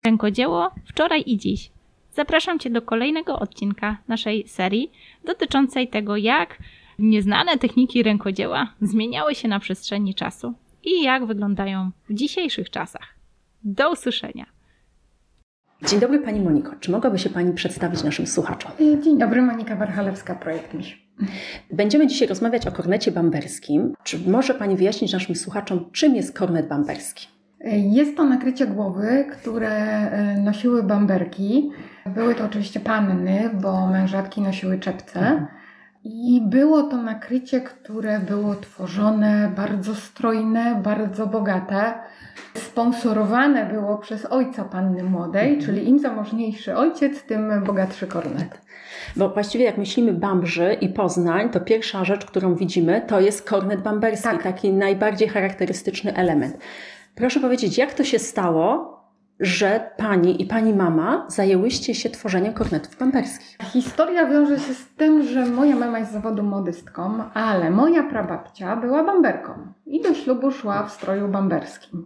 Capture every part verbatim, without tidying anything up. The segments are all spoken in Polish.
Rękodzieło wczoraj i dziś. Zapraszam Cię do kolejnego odcinka naszej serii dotyczącej tego, jak nieznane techniki rękodzieła zmieniały się na przestrzeni czasu i jak wyglądają w dzisiejszych czasach. Do usłyszenia. Dzień dobry Pani Moniko. Czy mogłaby się Pani przedstawić naszym słuchaczom? Dzień dobry, Monika Warchalewska, Projekt Miś. Będziemy dzisiaj rozmawiać o kornecie bamberskim. Czy może Pani wyjaśnić naszym słuchaczom, czym jest kornet bamberski? Jest to nakrycie głowy, które nosiły bamberki. Były to oczywiście panny, bo mężatki nosiły czepce. Mhm. I było to nakrycie, które było tworzone bardzo strojne, bardzo bogate. Sponsorowane było przez ojca panny młodej, mhm. czyli im zamożniejszy ojciec, tym bogatszy kornet. Bo właściwie jak myślimy Bambrzy i Poznań, to pierwsza rzecz, którą widzimy, to jest kornet bamberski, tak. Taki najbardziej charakterystyczny element. Proszę powiedzieć, jak to się stało, że Pani i Pani mama zajęłyście się tworzeniem kornetów bamberskich? Historia wiąże się z tym, że moja mama jest z zawodu modystką, ale moja prababcia była bamberką i do ślubu szła w stroju bamberskim.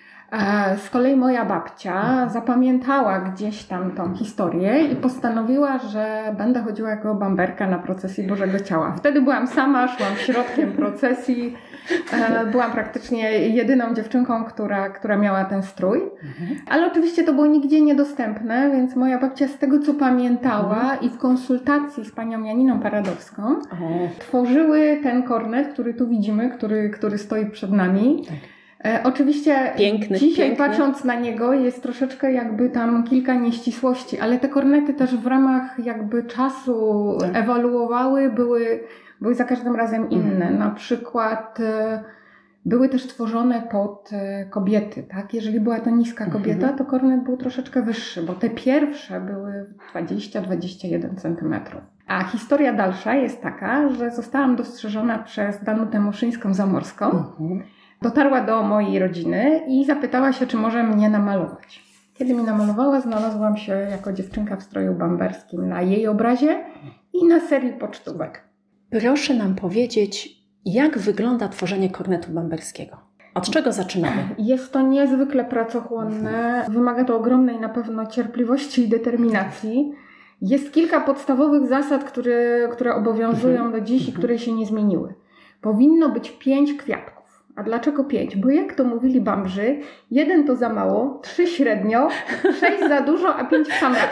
Z kolei moja babcia zapamiętała gdzieś tam tą historię i postanowiła, że będę chodziła jako bamberka na procesji Bożego Ciała. Wtedy byłam sama, szłam środkiem procesji. Byłam praktycznie jedyną dziewczynką, która, która miała ten strój. Mhm. Ale oczywiście to było nigdzie niedostępne, więc moja babcia z tego, co pamiętała mhm. i w konsultacji z panią Janiną Paradowską mhm. tworzyły ten kornet, który tu widzimy, który, który stoi przed nami. Tak. E, oczywiście piękny, dzisiaj piękny. Patrząc na niego jest troszeczkę jakby tam kilka nieścisłości, ale te kornety też w ramach jakby czasu tak. ewoluowały, były, były za każdym razem inne. Mhm. Na przykład e, były też tworzone pod e, kobiety, tak? Jeżeli była to niska kobieta, mhm. to kornet był troszeczkę wyższy, bo te pierwsze były dwadzieścia do dwudziestu jeden centymetrów. A historia dalsza jest taka, że zostałam dostrzeżona przez Danutę Muszyńską-Zamorską. Mhm. Dotarła do mojej rodziny i zapytała się, czy może mnie namalować. Kiedy mi namalowała, znalazłam się jako dziewczynka w stroju bamberskim na jej obrazie i na serii pocztówek. Proszę nam powiedzieć, jak wygląda tworzenie kornetu bamberskiego? Od czego zaczynamy? Jest to niezwykle pracochłonne, wymaga to ogromnej na pewno cierpliwości i determinacji. Jest kilka podstawowych zasad, które, które obowiązują do dziś i które się nie zmieniły. Powinno być pięć kwiatków. A dlaczego pięć? Bo jak to mówili Bambrzy, jeden to za mało, trzy średnio, sześć za dużo, a pięć w sam raz.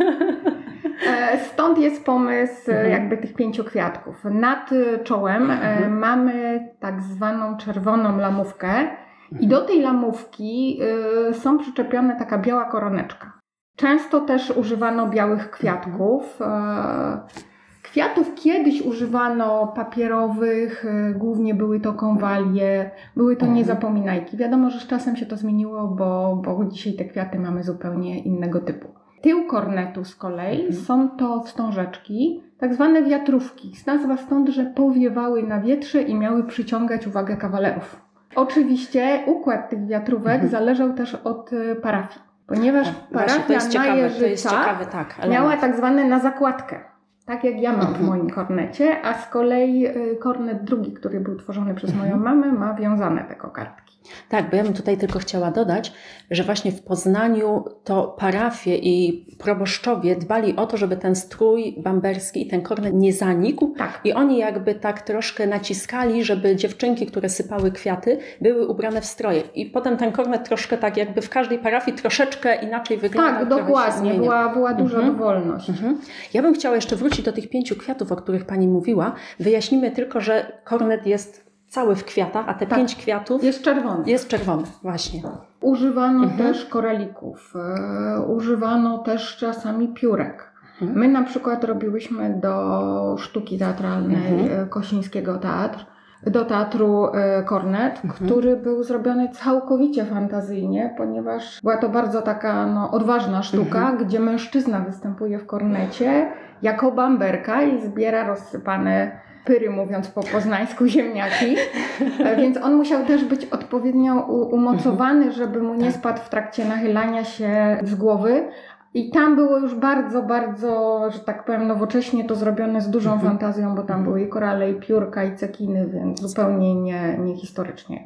Stąd jest pomysł mhm. jakby tych pięciu kwiatków. Nad czołem mhm. mamy tak zwaną czerwoną lamówkę mhm. i do tej lamówki są przyczepione taka biała koroneczka. Często też używano białych kwiatków. Kwiatów kiedyś używano papierowych, głównie były to konwalie, były to niezapominajki. Wiadomo, że z czasem się to zmieniło, bo, bo dzisiaj te kwiaty mamy zupełnie innego typu. Tył kornetu z kolei mhm. są to wstążeczki, tak zwane wiatrówki. Nazwa stąd, że powiewały na wietrze i miały przyciągać uwagę kawalerów. Oczywiście układ tych wiatrówek mhm. zależał też od parafii, ponieważ A, parafia na Jeżyca tak, miała tak zwane na zakładkę. Tak jak ja mam w moim kornecie, a z kolei kornet drugi, który był tworzony przez moją mamę, ma wiązane te kokardki. Tak, bo ja bym tutaj tylko chciała dodać, że właśnie w Poznaniu to parafie i proboszczowie dbali o to, żeby ten strój bamberski i ten kornet nie zanikł. Tak. I oni jakby tak troszkę naciskali, żeby dziewczynki, które sypały kwiaty, były ubrane w stroje. I potem ten kornet troszkę tak jakby w każdej parafii troszeczkę inaczej wyglądał. Tak, dokładnie. Była, była duża mhm. dowolność. Mhm. Ja bym chciała jeszcze wrócić do tych pięciu kwiatów, o których Pani mówiła. Wyjaśnimy tylko, że kornet jest cały w kwiatach, a te tak. pięć kwiatów jest czerwony. Jest czerwony, właśnie. Używano mhm. też koralików, e, używano też czasami piórek. Mhm. My na przykład robiłyśmy do sztuki teatralnej mhm. Kosińskiego Teatr, do teatru e, kornet, mhm. który był zrobiony całkowicie fantazyjnie, ponieważ była to bardzo taka no, odważna sztuka, mhm. gdzie mężczyzna występuje w kornecie jako bamberka i zbiera rozsypane pyry, mówiąc po poznańsku, ziemniaki. Więc on musiał też być odpowiednio umocowany, żeby mu nie spadł w trakcie nachylania się z głowy. I tam było już bardzo, bardzo, że tak powiem, nowocześnie to zrobione z dużą fantazją, bo tam były i korale, i piórka, i cekiny, więc zupełnie nie, nie historycznie jakby.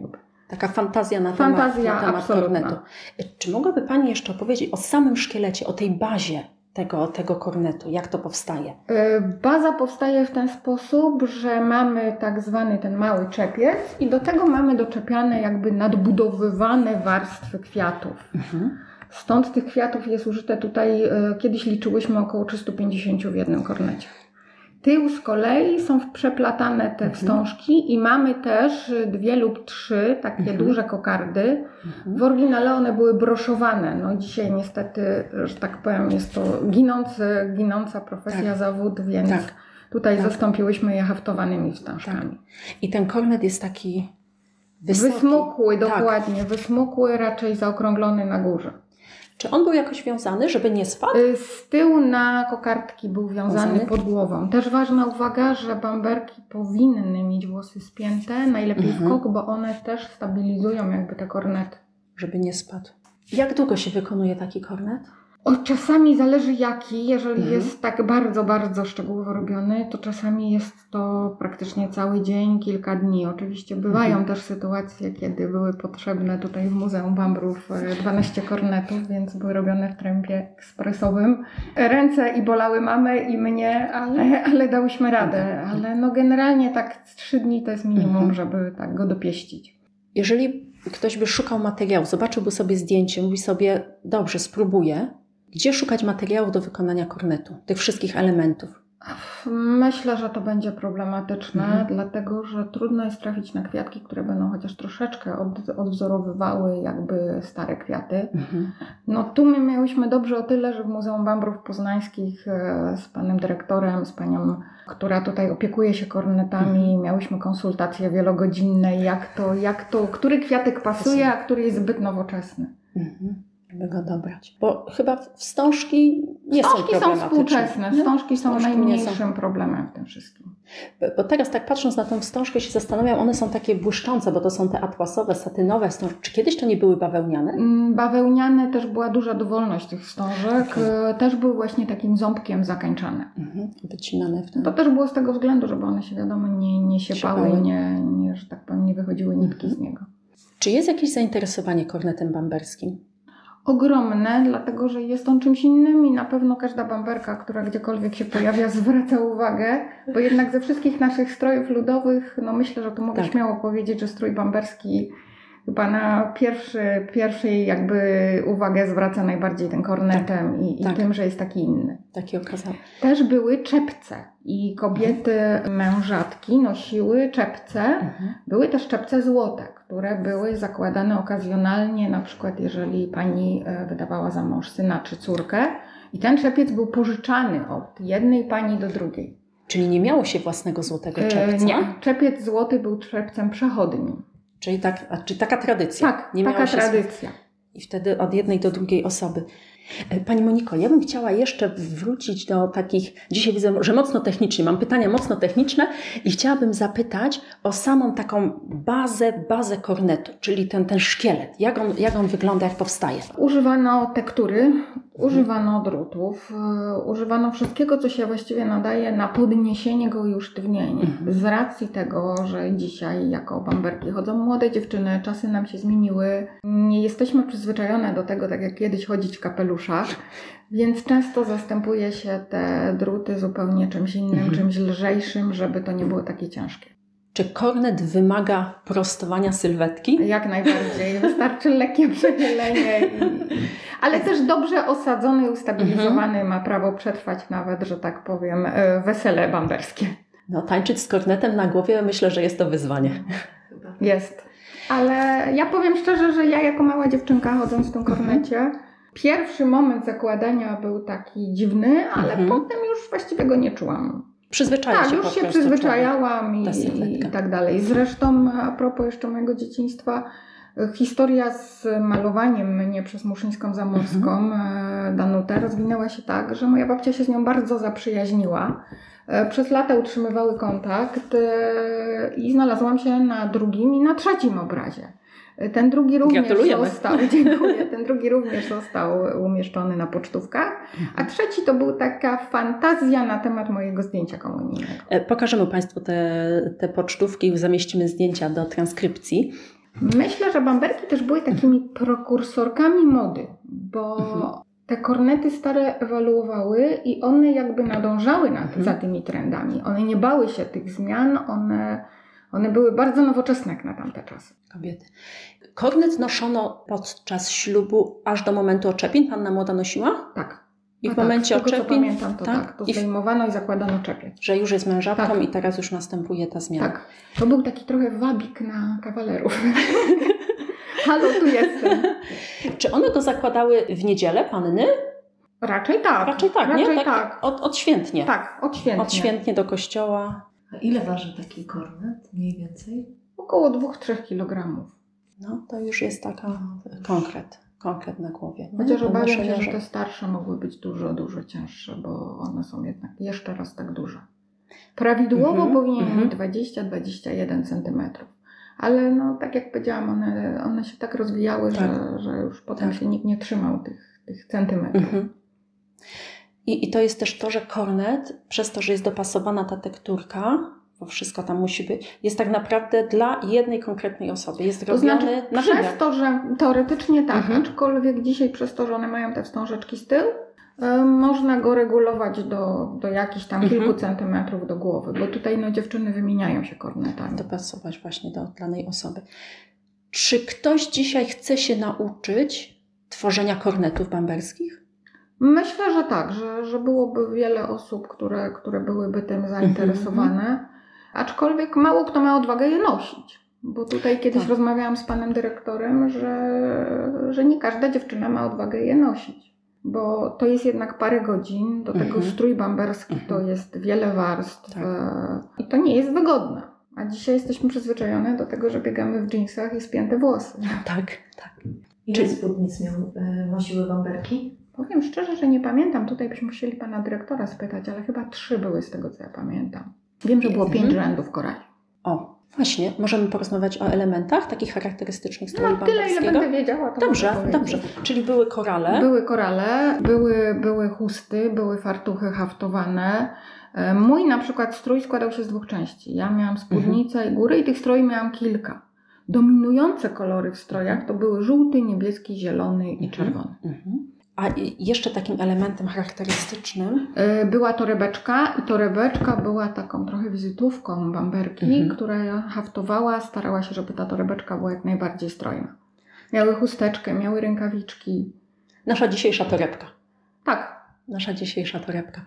Taka fantazja na Fantazja temat, na temat absolutna. kornetu. Czy mogłaby Pani jeszcze opowiedzieć o samym szkielecie, o tej bazie tego, tego kornetu? Jak to powstaje? Baza powstaje w ten sposób, że mamy tak zwany ten mały czepiec i do tego mamy doczepiane jakby nadbudowywane warstwy kwiatów. Mhm. Stąd tych kwiatów jest użyte tutaj, kiedyś liczyłyśmy około trzysta pięćdziesiąt w jednym kornecie. Tył z kolei są przeplatane te mhm. wstążki i mamy też dwie lub trzy takie mhm. duże kokardy. Mhm. W oryginale one były broszowane. No dzisiaj niestety, że tak powiem, jest to ginący, ginąca profesja, tak. zawód, więc tak. tutaj tak. zastąpiłyśmy je haftowanymi wstążkami. Tak. I ten kornet jest taki wysoki. Wysmukły, dokładnie. Tak. Wysmukły, raczej zaokrąglony na górze. Czy on był jakoś wiązany, żeby nie spadł? Z tyłu na kokardki był wiązany Wiązany? pod głową. Też ważna uwaga, że bamberki powinny mieć włosy spięte, najlepiej mhm. w kok, bo one też stabilizują jakby te kornety. Żeby nie spadł. Jak długo się wykonuje taki kornet? O, czasami zależy jaki, jeżeli mhm. jest tak bardzo, bardzo szczegółowo robiony, to czasami jest to praktycznie cały dzień, kilka dni. Oczywiście bywają mhm. też sytuacje, kiedy były potrzebne tutaj w Muzeum Bambrów dwanaście kornetów, więc były robione w tempie ekspresowym. Ręce i bolały mamę i mnie, ale, ale dałyśmy radę. Ale no generalnie tak trzy dni to jest minimum, mhm. żeby tak go dopieścić. Jeżeli ktoś by szukał materiału, zobaczyłby sobie zdjęcie, mówi sobie, dobrze, spróbuję. Gdzie szukać materiałów do wykonania kornetu, tych wszystkich elementów? Myślę, że to będzie problematyczne, mhm. dlatego że trudno jest trafić na kwiatki, które będą chociaż troszeczkę od, odwzorowywały jakby stare kwiaty. Mhm. No tu my miałyśmy dobrze o tyle, że w Muzeum Bambrów Poznańskich z panem dyrektorem, z panią, która tutaj opiekuje się kornetami, mhm. miałyśmy konsultacje wielogodzinne, jak to, jak to, który kwiatek pasuje, a który jest zbyt nowoczesny. Mhm. Żeby go dobrać. Bo chyba wstążki nie wstążki są problematyczne. Wstążki są współczesne. Wstążki są wstążki najmniejszym są... problemem w tym wszystkim. Bo, bo teraz tak patrząc na tą wstążkę się zastanawiam, one są takie błyszczące, bo to są te atłasowe, satynowe wstążki. Czy kiedyś to nie były bawełniane? Bawełniane też była duża dowolność tych wstążek. Okay. Też były właśnie takim ząbkiem zakańczane. Mhm. Wycinane w ten... To też było z tego względu, żeby one się wiadomo nie, nie siepały, siepały. Nie, nie, że tak powiem, nie wychodziły nitki mhm. z niego. Czy jest jakieś zainteresowanie kornetem bamberskim? Ogromne, dlatego że jest on czymś innym i na pewno każda bamberka, która gdziekolwiek się pojawia, zwraca uwagę, bo jednak ze wszystkich naszych strojów ludowych, no myślę, że tu mogę tak. śmiało powiedzieć, że strój bamberski chyba na pierwszy, pierwszej jakby uwagę zwraca najbardziej ten kornetem tak. i, i tak. tym, że jest taki inny. Taki okazały. Też były czepce i kobiety, mhm. mężatki nosiły czepce. Mhm. Były też czepce złote, które były zakładane okazjonalnie, na przykład jeżeli pani wydawała za mąż syna czy córkę i ten czepiec był pożyczany od jednej pani do drugiej. Czyli nie miało się własnego złotego czepca? Nie, czepiec złoty był czepcem przechodnim. Czyli, tak, a, czyli taka tradycja. Tak, nie taka tradycja. Słów. I wtedy od jednej do drugiej osoby. Pani Moniko, ja bym chciała jeszcze wrócić do takich, dzisiaj widzę, że mocno technicznie, mam pytania mocno techniczne i chciałabym zapytać o samą taką bazę, bazę kornetu, czyli ten, ten szkielet, jak on, jak on wygląda, jak powstaje. Używano tektury, używano drutów, używano wszystkiego, co się właściwie nadaje na podniesienie go i usztywnienie. Mhm. Z racji tego, że dzisiaj jako bamberki chodzą młode dziewczyny, czasy nam się zmieniły, nie jesteśmy przyzwyczajone do tego, tak jak kiedyś chodzić w kapeluszach, więc często zastępuje się te druty zupełnie czymś innym, mhm. czymś lżejszym, żeby to nie było takie ciężkie. Czy kornet wymaga prostowania sylwetki? Jak najbardziej. Wystarczy lekkie przechylenie. I... Ale też dobrze osadzony i ustabilizowany mhm. ma prawo przetrwać nawet, że tak powiem, wesele bamberskie. No tańczyć z kornetem na głowie, myślę, że jest to wyzwanie. Jest. Ale ja powiem szczerze, że ja jako mała dziewczynka chodząc w tym kornecie, mhm. pierwszy moment zakładania był taki dziwny, ale mhm. potem już właściwie go nie czułam. Przyzwyczaja tak, się już po się przyzwyczajałam i, i, i tak dalej. Zresztą a propos jeszcze mojego dzieciństwa, historia z malowaniem mnie przez Muszyńską Zamorską, mhm. Danutę, rozwinęła się tak, że moja babcia się z nią bardzo zaprzyjaźniła. Przez lata utrzymywały kontakt i znalazłam się na drugim i na trzecim obrazie. Ten drugi również został, dziękuję, ten drugi również został umieszczony na pocztówkach, a trzeci to był taka fantazja na temat mojego zdjęcia komunijnego. Pokażemy Państwu te, te pocztówki, zamieścimy zdjęcia do transkrypcji. Myślę, że bamberki też były takimi prekursorkami mody, bo mhm. te kornety stare ewoluowały i one jakby nadążały nad, mhm. za tymi trendami. One nie bały się tych zmian, one, one były bardzo nowoczesne jak na tamte czasy. Kobiety. Kornet noszono podczas ślubu aż do momentu oczepin. Panna młoda nosiła? Tak. I no w momencie tak, z tego, oczepin? co pamiętam, to tak, tak to zdejmowano i zakładano czepiec. Że już jest mężatką tak. i teraz już następuje ta zmiana. Tak. To był taki trochę wabik na kawalerów. Halo, tu jestem. Czy one go zakładały w niedzielę, panny? Raczej tak. Raczej tak, Raczej nie? Tak, tak. Od, odświętnie. Tak, odświętnie. Odświętnie do kościoła. A ile waży taki kornet mniej więcej? Około dwa do trzech kilogramów. No, to już jest taka konkret. Konkret na głowie. Nie? Chociaż obawiam się, że te starsze mogły być dużo, dużo cięższe, bo one są jednak jeszcze raz tak duże. Prawidłowo mm-hmm. powinien mm-hmm. mieć dwadzieścia do dwudziestu jeden centymetrów. Ale no, tak jak powiedziałam, one, one się tak rozwijały, tak. Że, że już potem tak. się nikt nie trzymał tych, tych centymetrów. Mm-hmm. I, I to jest też to, że kornet, przez to, że jest dopasowana ta tekturka, bo wszystko tam musi być, jest tak naprawdę dla jednej konkretnej osoby. Jest to robiony znaczy, na przez wymiar. to, że teoretycznie tak, mhm. aczkolwiek dzisiaj przez to, że one mają te wstążeczki z tyłu, y, można go regulować do, do jakichś tam mhm. kilku centymetrów do głowy, bo tutaj no, dziewczyny wymieniają się kornetami. Dopasować właśnie do danej osoby. Czy ktoś dzisiaj chce się nauczyć tworzenia kornetów bamberskich? Myślę, że tak, że, że byłoby wiele osób, które, które byłyby tym zainteresowane. Mhm. Aczkolwiek mało kto ma odwagę je nosić, bo tutaj kiedyś tak. rozmawiałam z panem dyrektorem, że, że nie każda dziewczyna ma odwagę je nosić, bo to jest jednak parę godzin, do tego mhm. strój bamberski mhm. to jest wiele warstw tak. i to nie jest wygodne. A dzisiaj jesteśmy przyzwyczajone do tego, że biegamy w dżinsach i spięte włosy. Tak, tak. Ile spódnic miał, y, nosiły bamberki? Powiem szczerze, że nie pamiętam, tutaj byśmy musieli pana dyrektora spytać, ale chyba trzy były z tego, co ja pamiętam. Wiem, że było pięć mhm. rzędów korali. O, właśnie. Możemy porozmawiać o elementach takich charakterystycznych stroju no, bamberskiego? Tyle, ile będę wiedziała, to Dobrze, dobrze. Czyli były korale? Były korale, były, były chusty, były fartuchy haftowane. Mój na przykład strój składał się z dwóch części. Ja miałam spódnicę mhm. i górę i tych stroi miałam kilka. Dominujące kolory w strojach to były żółty, niebieski, zielony mhm. i czerwony. Mhm. A jeszcze takim elementem charakterystycznym? Była torebeczka i torebeczka była taką trochę wizytówką bamberki, mhm. która haftowała, starała się, żeby ta torebeczka była jak najbardziej strojna. Miały chusteczkę, miały rękawiczki. Nasza dzisiejsza torebka. Tak. Nasza dzisiejsza torebka.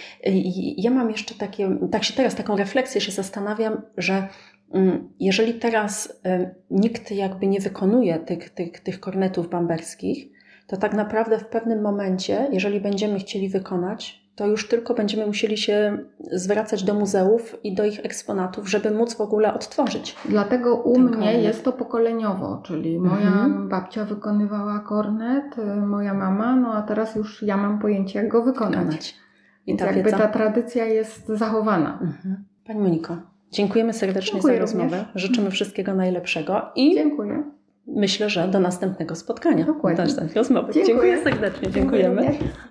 Ja mam jeszcze takie, tak się teraz taką refleksję się zastanawiam, że jeżeli teraz nikt jakby nie wykonuje tych, tych, tych kornetów bamberskich, to tak naprawdę w pewnym momencie, jeżeli będziemy chcieli wykonać, to już tylko będziemy musieli się zwracać do muzeów i do ich eksponatów, żeby móc w ogóle odtworzyć. Dlatego u mnie kornet. Jest to pokoleniowo, czyli moja mhm. babcia wykonywała kornet, moja mama, no a teraz już ja mam pojęcie, jak go wykonać. wykonać. I Więc ta jakby wiedza... ta tradycja jest zachowana. Mhm. Pani Moniko, dziękujemy serdecznie Dziękuję za rozmowę. również. Życzymy wszystkiego najlepszego i dziękuję. Myślę, że do następnego spotkania. Dokładnie. Do następnej rozmowy. Dziękuję. Dziękuję serdecznie. Dziękujemy. Dziękuję.